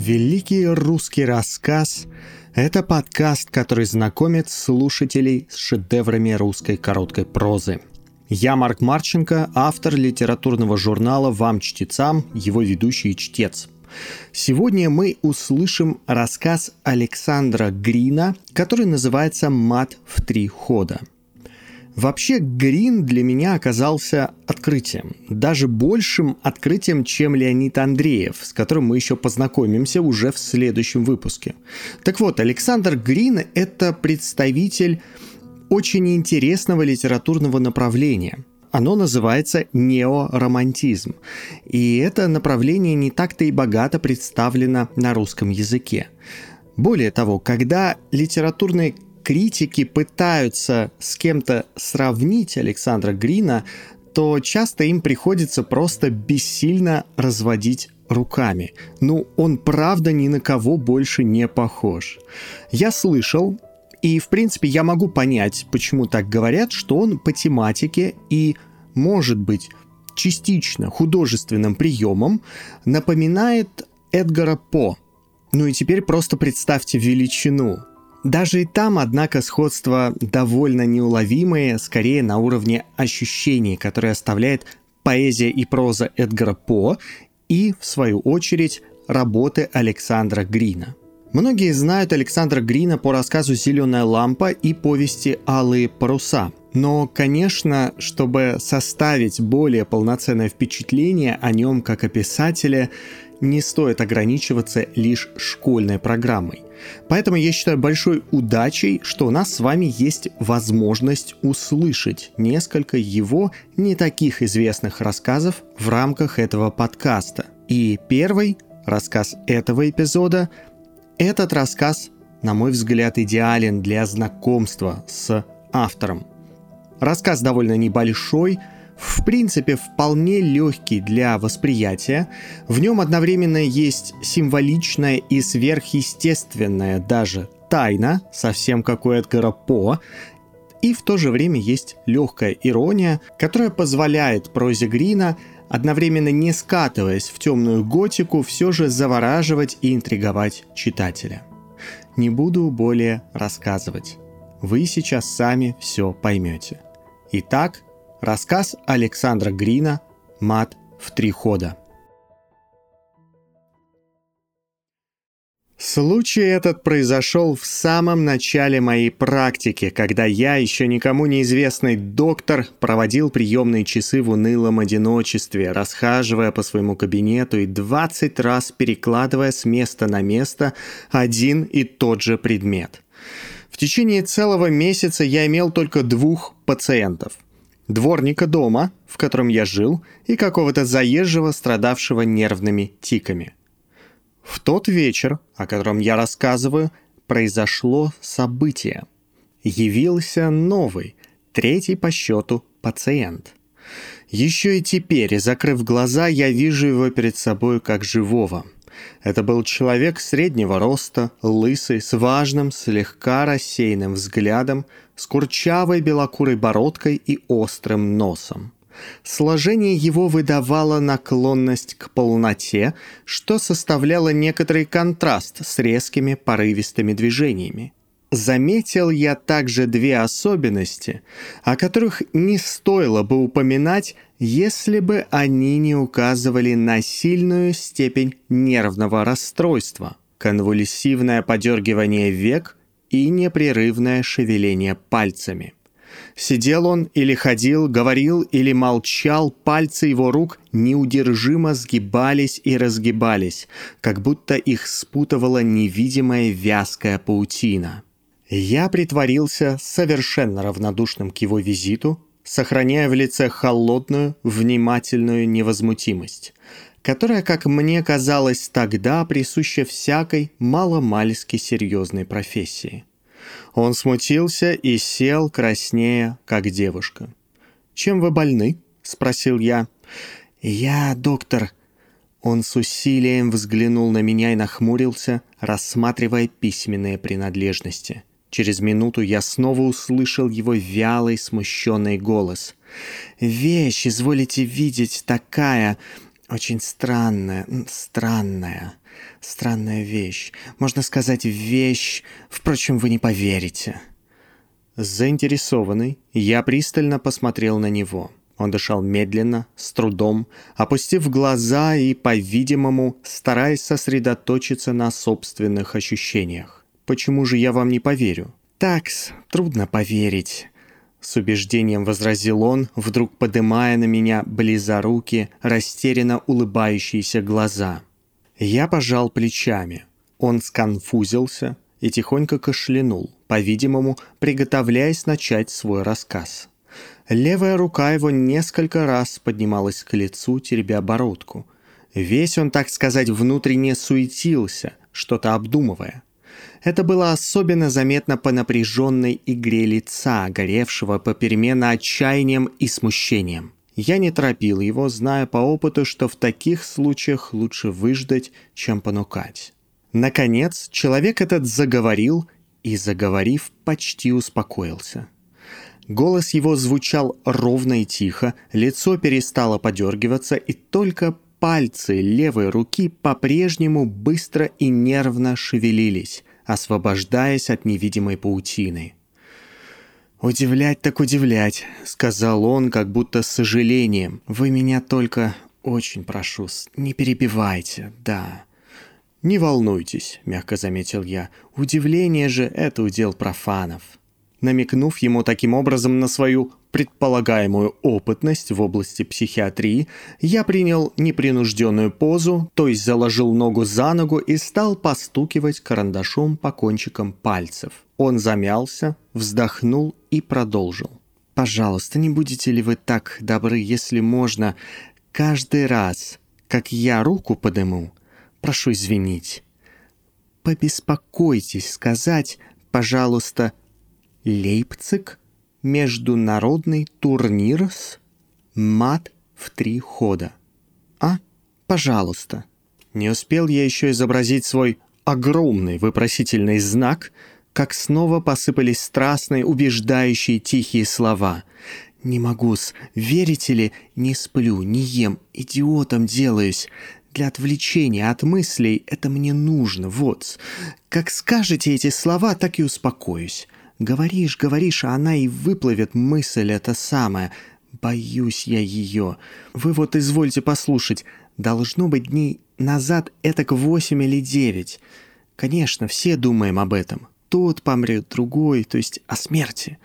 Великий русский рассказ – это подкаст, который знакомит слушателей с шедеврами русской короткой прозы. Я Марк Марченко, автор литературного журнала «Вам, чтецам», его ведущий и чтец. Сегодня мы услышим рассказ Александра Грина, который называется «Мат в 3 хода». Вообще, Грин для меня оказался открытием. Даже большим открытием, чем Леонид Андреев, с которым мы еще познакомимся уже в следующем выпуске. Так вот, Александр Грин – это представитель очень интересного литературного направления. Оно называется неоромантизм. И это направление не так-то и богато представлено на русском языке. Более того, когда литературные критики пытаются с кем-то сравнить Александра Грина, то часто им приходится просто бессильно разводить руками. Он правда ни на кого больше не похож. Я слышал, и в принципе я могу понять, почему так говорят, что он по тематике и, может быть, частично художественным приемом напоминает Эдгара По. И теперь просто представьте величину. Даже и там, однако, сходства довольно неуловимые, скорее на уровне ощущений, которые оставляет поэзия и проза Эдгара По и, в свою очередь, работы Александра Грина. Многие знают Александра Грина по рассказу «Зеленая лампа» и повести «Алые паруса». Но, конечно, чтобы составить более полноценное впечатление о нем как о писателе, не стоит ограничиваться лишь школьной программой. Поэтому я считаю большой удачей, что у нас с вами есть возможность услышать несколько его не таких известных рассказов в рамках этого подкаста. И первый рассказ этого эпизода – этот рассказ, на мой взгляд, идеален для знакомства с автором. Рассказ довольно небольшой, в принципе, вполне легкий для восприятия. В нем одновременно есть символичная и сверхъестественная даже тайна, совсем как у Эдгара По, и в то же время есть легкая ирония, которая позволяет прозе Грина, одновременно не скатываясь в темную готику, все же завораживать и интриговать читателя. Не буду более рассказывать. Вы сейчас сами все поймете. Итак, рассказ Александра Грина «Мат в 3 хода». Случай этот произошел в самом начале моей практики, когда я, еще никому неизвестный доктор, проводил приемные часы в унылом одиночестве, расхаживая по своему кабинету и 20 раз перекладывая с места на место один и тот же предмет. В течение целого месяца я имел только 2 пациентов. Дворника дома, в котором я жил, и какого-то заезжего, страдавшего нервными тиками. В тот вечер, о котором я рассказываю, произошло событие. Явился новый, 3-й по счету пациент. Еще и теперь, закрыв глаза, я вижу его перед собой как живого. Это был человек среднего роста, лысый, с важным, слегка рассеянным взглядом, с курчавой белокурой бородкой и острым носом. Сложение его выдавало наклонность к полноте, что составляло некоторый контраст с резкими порывистыми движениями. Заметил я также 2 особенности, о которых не стоило бы упоминать, если бы они не указывали на сильную степень нервного расстройства, конвульсивное подергивание век и непрерывное шевеление пальцами. Сидел он или ходил, говорил или молчал, пальцы его рук неудержимо сгибались и разгибались, как будто их спутывала невидимая вязкая паутина. Я притворился совершенно равнодушным к его визиту, сохраняя в лице холодную, внимательную невозмутимость, которая, как мне казалось тогда, присуща всякой маломальски серьезной профессии. Он смутился и сел, краснея, как девушка. «Чем вы больны?» — спросил я. «Я доктор». Он с усилием взглянул на меня и нахмурился, рассматривая письменные принадлежности. Через минуту я снова услышал его вялый, смущенный голос. «Вещь, изволите видеть, такая. Очень странная вещь. Можно сказать, вещь, впрочем, вы не поверите». Заинтересованный, я пристально посмотрел на него. Он дышал медленно, с трудом, опустив глаза и, по-видимому, стараясь сосредоточиться на собственных ощущениях. «Почему же я вам не поверю?» «Такс, трудно поверить», — с убеждением возразил он, вдруг подымая на меня близорукие, растерянно улыбающиеся глаза. Я пожал плечами. Он сконфузился и тихонько кашлянул, по-видимому, приготовляясь начать свой рассказ. Левая рука его несколько раз поднималась к лицу, теребя бородку. Весь он, так сказать, внутренне суетился, что-то обдумывая. Это было особенно заметно по напряженной игре лица, горевшего попеременно отчаянием и смущением. Я не торопил его, зная по опыту, что в таких случаях лучше выждать, чем понукать. Наконец, человек этот заговорил и, заговорив, почти успокоился. Голос его звучал ровно и тихо, лицо перестало подергиваться, и только пальцы левой руки по-прежнему быстро и нервно шевелились, освобождаясь от невидимой паутины. «Удивлять так удивлять», — сказал он, как будто с сожалением. «Вы меня только очень прошу, не перебивайте, да». «Не волнуйтесь», — мягко заметил я, — «удивление же — это удел профанов». Намекнув ему таким образом на свою предполагаемую опытность в области психиатрии, я принял непринужденную позу, то есть заложил ногу за ногу и стал постукивать карандашом по кончикам пальцев. Он замялся, вздохнул и продолжил. «Пожалуйста, не будете ли вы так добры, если можно, каждый раз, как я руку подыму, прошу извинить, побеспокойтесь сказать, пожалуйста, Лейпциг, международный турнир с мат в 3 хода. А? Пожалуйста». Не успел я еще изобразить свой огромный вопросительный знак, как снова посыпались страстные, убеждающие тихие слова. «Не могу-с, верите ли, не сплю, не ем, идиотом делаюсь. Для отвлечения от мыслей это мне нужно, вот. Как скажете эти слова, так и успокоюсь. Говоришь, а она и выплывет мысль эта самая. Боюсь я ее. Вы вот извольте послушать. Должно быть дней назад этак 8 или 9. Конечно, все думаем об этом. Тот помрет, другой, то есть о смерти.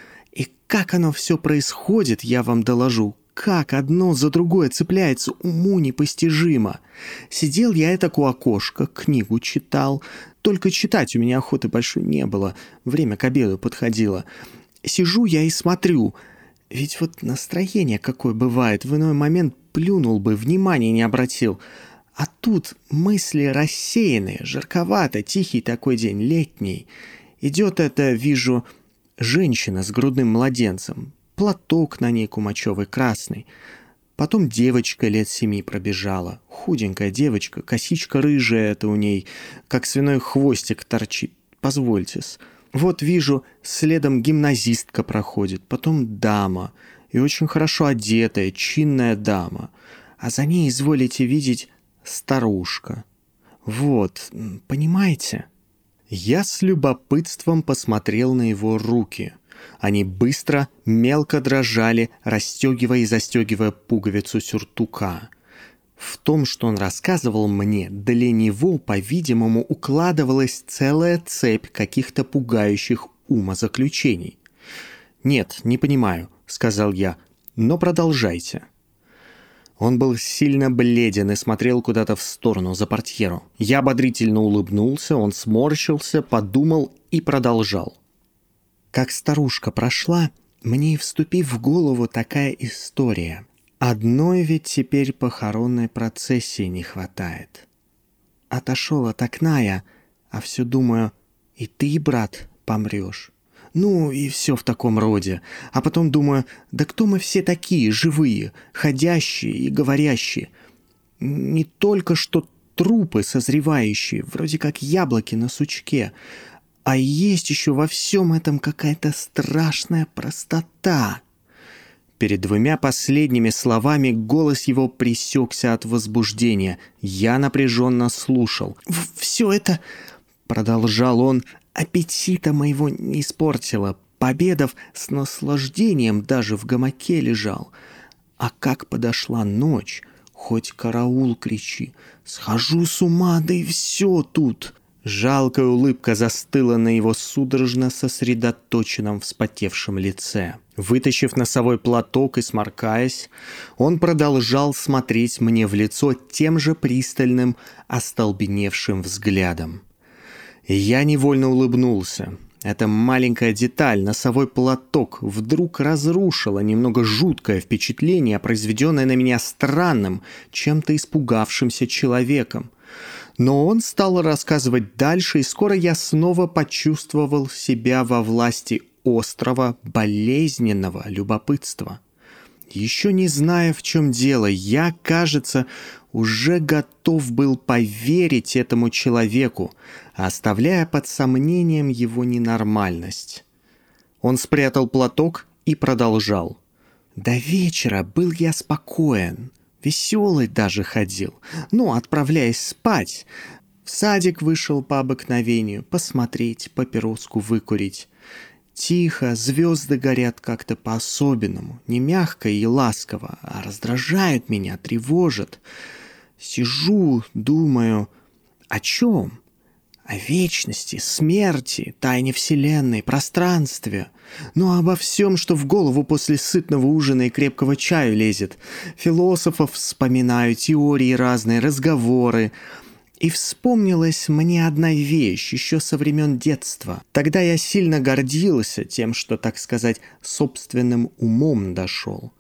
И как оно все происходит, я вам доложу. Как одно за другое цепляется, уму непостижимо. Сидел я этак у окошка, книгу читал. Только читать у меня охоты большой не было. Время к обеду подходило. Сижу я и смотрю. Ведь вот настроение какое бывает. В иной момент плюнул бы, внимания не обратил. А тут мысли рассеянные, жарковато, тихий такой день, летний. Идет это, вижу, женщина с грудным младенцем. Платок на ней кумачевый, красный. Потом девочка лет 7 пробежала. Худенькая девочка, косичка рыжая это у ней, как свиной хвостик торчит. Позвольте-с. Вот вижу, следом гимназистка проходит, потом дама. И очень хорошо одетая, чинная дама. А за ней, изволите видеть, старушка. Вот, понимаете? Я с любопытством посмотрел на его руки. Они быстро, мелко дрожали, расстегивая и застегивая пуговицу сюртука. В том, что он рассказывал мне, для него, по-видимому, укладывалась целая цепь каких-то пугающих умозаключений. «Нет, не понимаю», — сказал я, — «но продолжайте». Он был сильно бледен и смотрел куда-то в сторону, за портьеру. Я ободрительно улыбнулся, он сморщился, подумал и продолжал. Как старушка прошла, мне и вступив в голову такая история. Одной ведь теперь похоронной процессии не хватает. Отошел от окна я, а все думаю, и ты, брат, помрешь. Ну, и все в таком роде. А потом думаю, да кто мы все такие, живые, ходящие и говорящие? Не только что трупы созревающие, вроде как яблоки на сучке, а есть еще во всем этом какая-то страшная простота. перед двумя последними словами голос его пресекся от возбуждения. Я напряженно слушал. «Все это, — продолжал он, — аппетита моего не испортило. Пообедав с наслаждением, даже в гамаке лежал. А как подошла ночь, хоть караул кричи, схожу с ума, да и все тут». Жалкая улыбка застыла на его судорожно сосредоточенном вспотевшем лице. Вытащив носовой платок и сморкаясь, он продолжал смотреть мне в лицо тем же пристальным, остолбеневшим взглядом. Я невольно улыбнулся. Эта маленькая деталь, носовой платок, вдруг разрушила немного жуткое впечатление, произведенное на меня странным, чем-то испугавшимся человеком. Но он стал рассказывать дальше, и скоро я снова почувствовал себя во власти острого, болезненного любопытства. Еще не зная, в чем дело, я, кажется, уже готов был поверить этому человеку, оставляя под сомнением его ненормальность. Он спрятал платок и продолжал. «До вечера был я спокоен. Веселый даже ходил, отправляясь спать. В садик вышел по обыкновению, посмотреть, папироску выкурить. Тихо, звезды горят как-то по-особенному, не мягко и ласково, а раздражают меня, тревожат. Сижу, думаю, о чем? О вечности, смерти, тайне вселенной, пространстве. Обо всем, что в голову после сытного ужина и крепкого чаю лезет. Философов вспоминаю, теории разные, разговоры. И вспомнилась мне одна вещь еще со времен детства. Тогда я сильно гордился тем, что, так сказать, собственным умом дошел.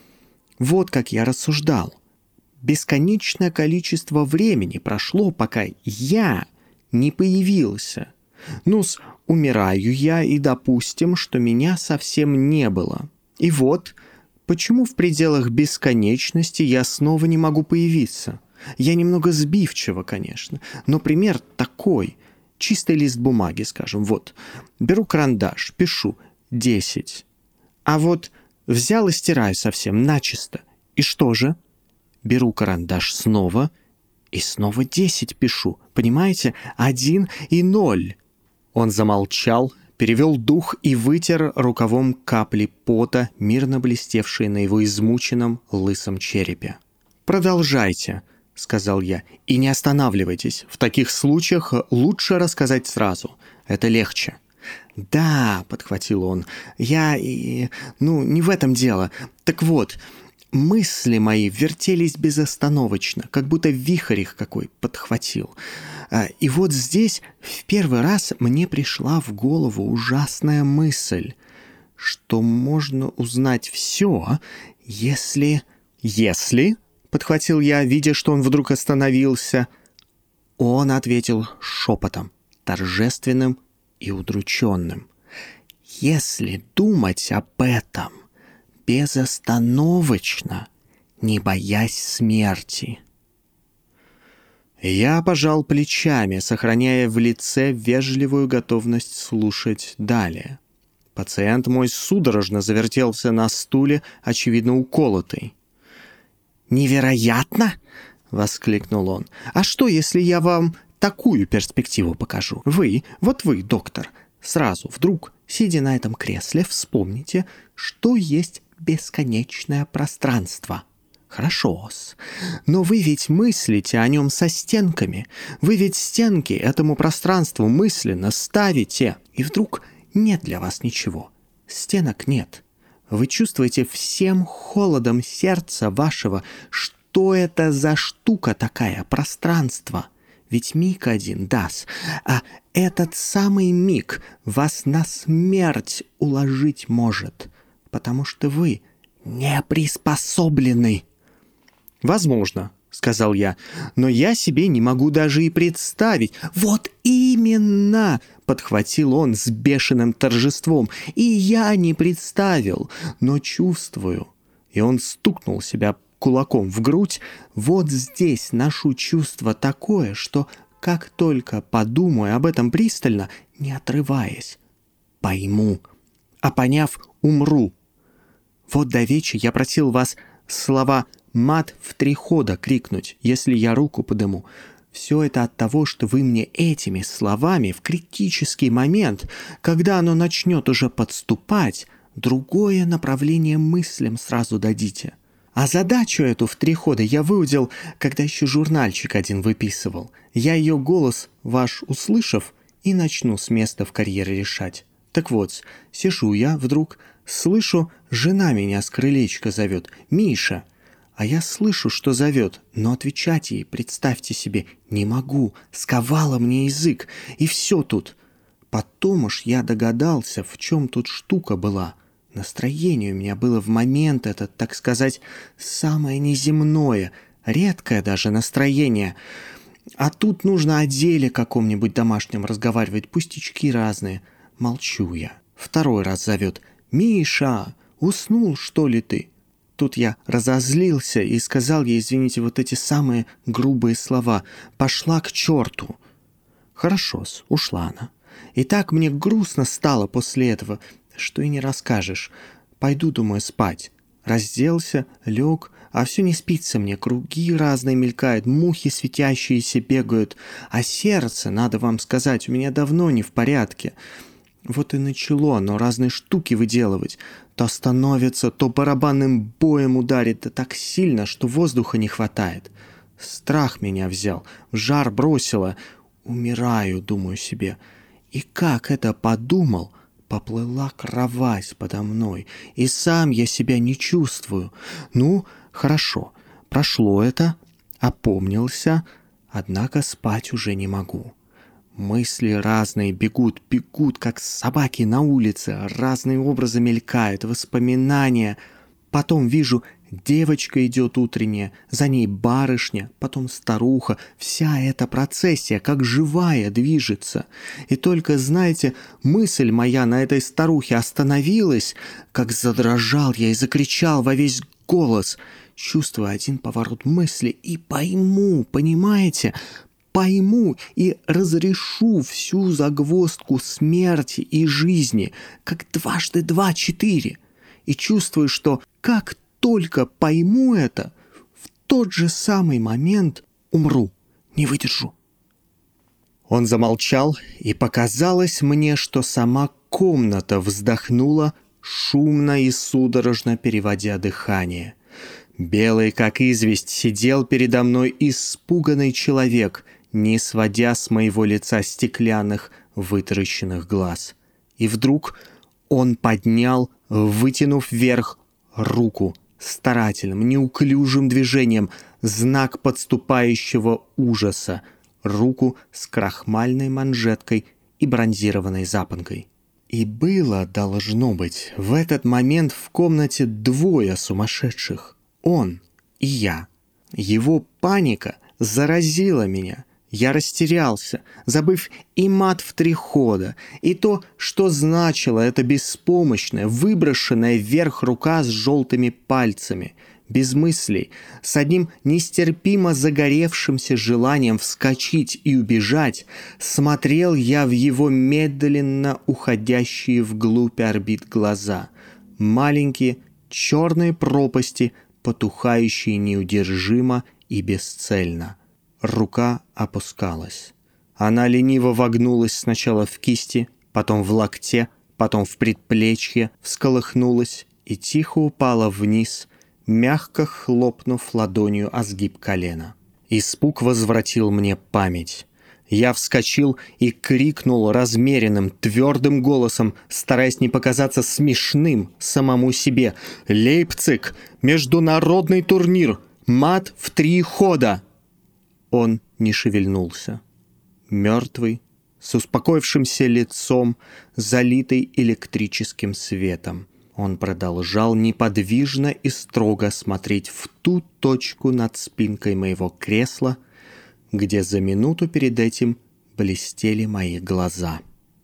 Вот как я рассуждал. Бесконечное количество времени прошло, пока я не появился. Умираю я, и допустим, что меня совсем не было. И вот, почему в пределах бесконечности я снова не могу появиться? Я немного сбивчиво, конечно, но пример такой. Чистый лист бумаги, скажем, вот. Беру карандаш, пишу 10. А вот взял и стираю совсем начисто. И что же? Беру карандаш снова и снова 10 пишу. Понимаете? 1 и 0. Он замолчал, перевел дух и вытер рукавом капли пота, мирно блестевшие на его измученном лысом черепе. «Продолжайте», — сказал я, — «и не останавливайтесь. В таких случаях лучше рассказать сразу. Это легче». «Да», — подхватил он, — не в этом дело. Так вот, мысли мои вертелись безостановочно, как будто вихрь их какой подхватил. И вот здесь в первый раз мне пришла в голову ужасная мысль, что можно узнать все, если... «Если?» — подхватил я, видя, что он вдруг остановился. Он ответил шепотом, торжественным и удрученным. «Если думать об этом безостановочно, не боясь смерти». Я пожал плечами, сохраняя в лице вежливую готовность слушать далее. Пациент мой судорожно завертелся на стуле, очевидно уколотый. «Невероятно!» — воскликнул он. «А что, если я вам такую перспективу покажу? Вы, доктор, сразу, вдруг, сидя на этом кресле, вспомните, что есть бесконечное пространство». Хорошо-с. Но вы ведь мыслите о нем со стенками. Вы ведь стенки этому пространству мысленно ставите. И вдруг нет для вас ничего. Стенок нет. Вы чувствуете всем холодом сердца вашего, что это за штука такая, пространство. Ведь миг один, да-с. А этот самый миг вас на смерть уложить может, потому что вы не приспособлены. «Возможно», — сказал я, — «но я себе не могу даже и представить». «Вот именно!» — подхватил он с бешеным торжеством. «И я не представил, но чувствую». И он стукнул себя кулаком в грудь. «Вот здесь ношу чувство такое, что как только подумаю об этом пристально, не отрываясь, пойму, а поняв, умру». Вот давеча я просил вас слова «мат» в 3 хода крикнуть, если я руку подыму. Все это от того, что вы мне этими словами в критический момент, когда оно начнет уже подступать, другое направление мыслям сразу дадите. А задачу эту в 3 хода я выудил, когда еще журнальчик один выписывал. Я ее голос ваш услышав, и начну с места в карьере решать. Так вот, сижу я, вдруг слышу, жена меня с крылечка зовет: «Миша!» А я слышу, что зовет, но отвечать ей, представьте себе, не могу. Сковала мне язык, и все тут. Потом уж я догадался, в чем тут штука была. Настроение у меня было в момент этот, так сказать, самое неземное, редкое даже настроение. А тут нужно о деле каком-нибудь домашнем разговаривать, пустячки разные. Молчу я. 2 раз зовет: «Миша, уснул, что ли ты?» Тут я разозлился и сказал ей, извините, вот эти самые грубые слова: «Пошла к черту». Хорошо-с, ушла она. И так мне грустно стало после этого, что и не расскажешь. Пойду, думаю, спать. Разделся, лег, а все не спится мне, круги разные мелькают, мухи светящиеся бегают, а сердце, надо вам сказать, у меня давно не в порядке. Вот и начало оно разные штуки выделывать. То становится, то барабанным боем ударит, да так сильно, что воздуха не хватает. Страх меня взял, в жар бросило. Умираю, думаю себе. И как это подумал, поплыла кровать подо мной, и сам я себя не чувствую. Ну, хорошо, прошло это, опомнился, однако спать уже не могу. Мысли разные бегут, как собаки на улице, разные образы мелькают, воспоминания. Потом вижу, девочка идет утренняя, за ней барышня, потом старуха. Вся эта процессия, как живая, движется. И только, знаете, мысль моя на этой старухе остановилась, как задрожал я и закричал во весь голос, чувствуя один поворот мысли, и пойму, понимаете, пойму и разрешу всю загвоздку смерти и жизни, как 2 × 2 = 4. И чувствую, что как только пойму это, в тот же самый момент умру, не выдержу. Он замолчал, и показалось мне, что сама комната вздохнула, шумно и судорожно переводя дыхание. Белый, как известь, сидел передо мной испуганный человек, не сводя с моего лица стеклянных, вытаращенных глаз. И вдруг он поднял, вытянув вверх руку, старательным, неуклюжим движением, знак подступающего ужаса, руку с крахмальной манжеткой и бронзированной запонкой. И было, должно быть, в этот момент в комнате 2 сумасшедших. Он и я. Его паника заразила меня. Я растерялся, забыв и мат в 3 хода, и то, что значило эта беспомощная, выброшенная вверх рука с желтыми пальцами, без мыслей, с одним нестерпимо загоревшимся желанием вскочить и убежать, смотрел я в его медленно уходящие вглубь орбит глаза, маленькие черные пропасти, потухающие неудержимо и бесцельно. Рука опускалась. Она лениво вогнулась сначала в кисти, потом в локте, потом в предплечье, всколыхнулась и тихо упала вниз, мягко хлопнув ладонью о сгиб колена. Испуг возвратил мне память. Я вскочил и крикнул размеренным, твердым голосом, стараясь не показаться смешным самому себе: «Лейпциг! Международный турнир! Мат в 3 хода!» Он не шевельнулся. Мертвый, с успокоившимся лицом, залитый электрическим светом. Он продолжал неподвижно и строго смотреть в ту точку над спинкой моего кресла, где за минуту перед этим блестели мои глаза.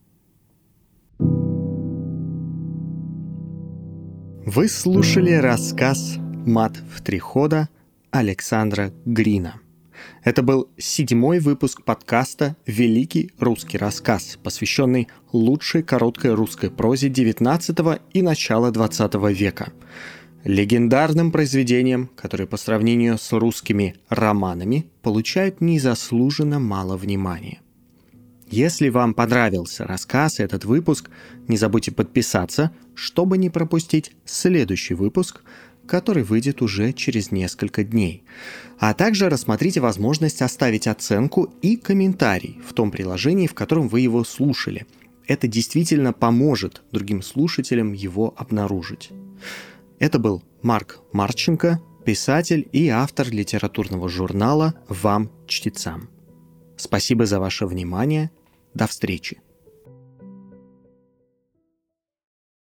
Вы слушали рассказ «Мат в 3 хода» Александра Грина. Это был 7-й выпуск подкаста «Великий русский рассказ», посвященный лучшей короткой русской прозе XIX и начала XX века. Легендарным произведениям, которые по сравнению с русскими романами получают незаслуженно мало внимания. Если вам понравился рассказ и этот выпуск, не забудьте подписаться, чтобы не пропустить следующий выпуск, который выйдет уже через несколько дней. А также рассмотрите возможность оставить оценку и комментарий в том приложении, в котором вы его слушали. Это действительно поможет другим слушателям его обнаружить. Это был Марк Марченко, писатель и автор литературного журнала «Вам, чтецам». Спасибо за ваше внимание. До встречи.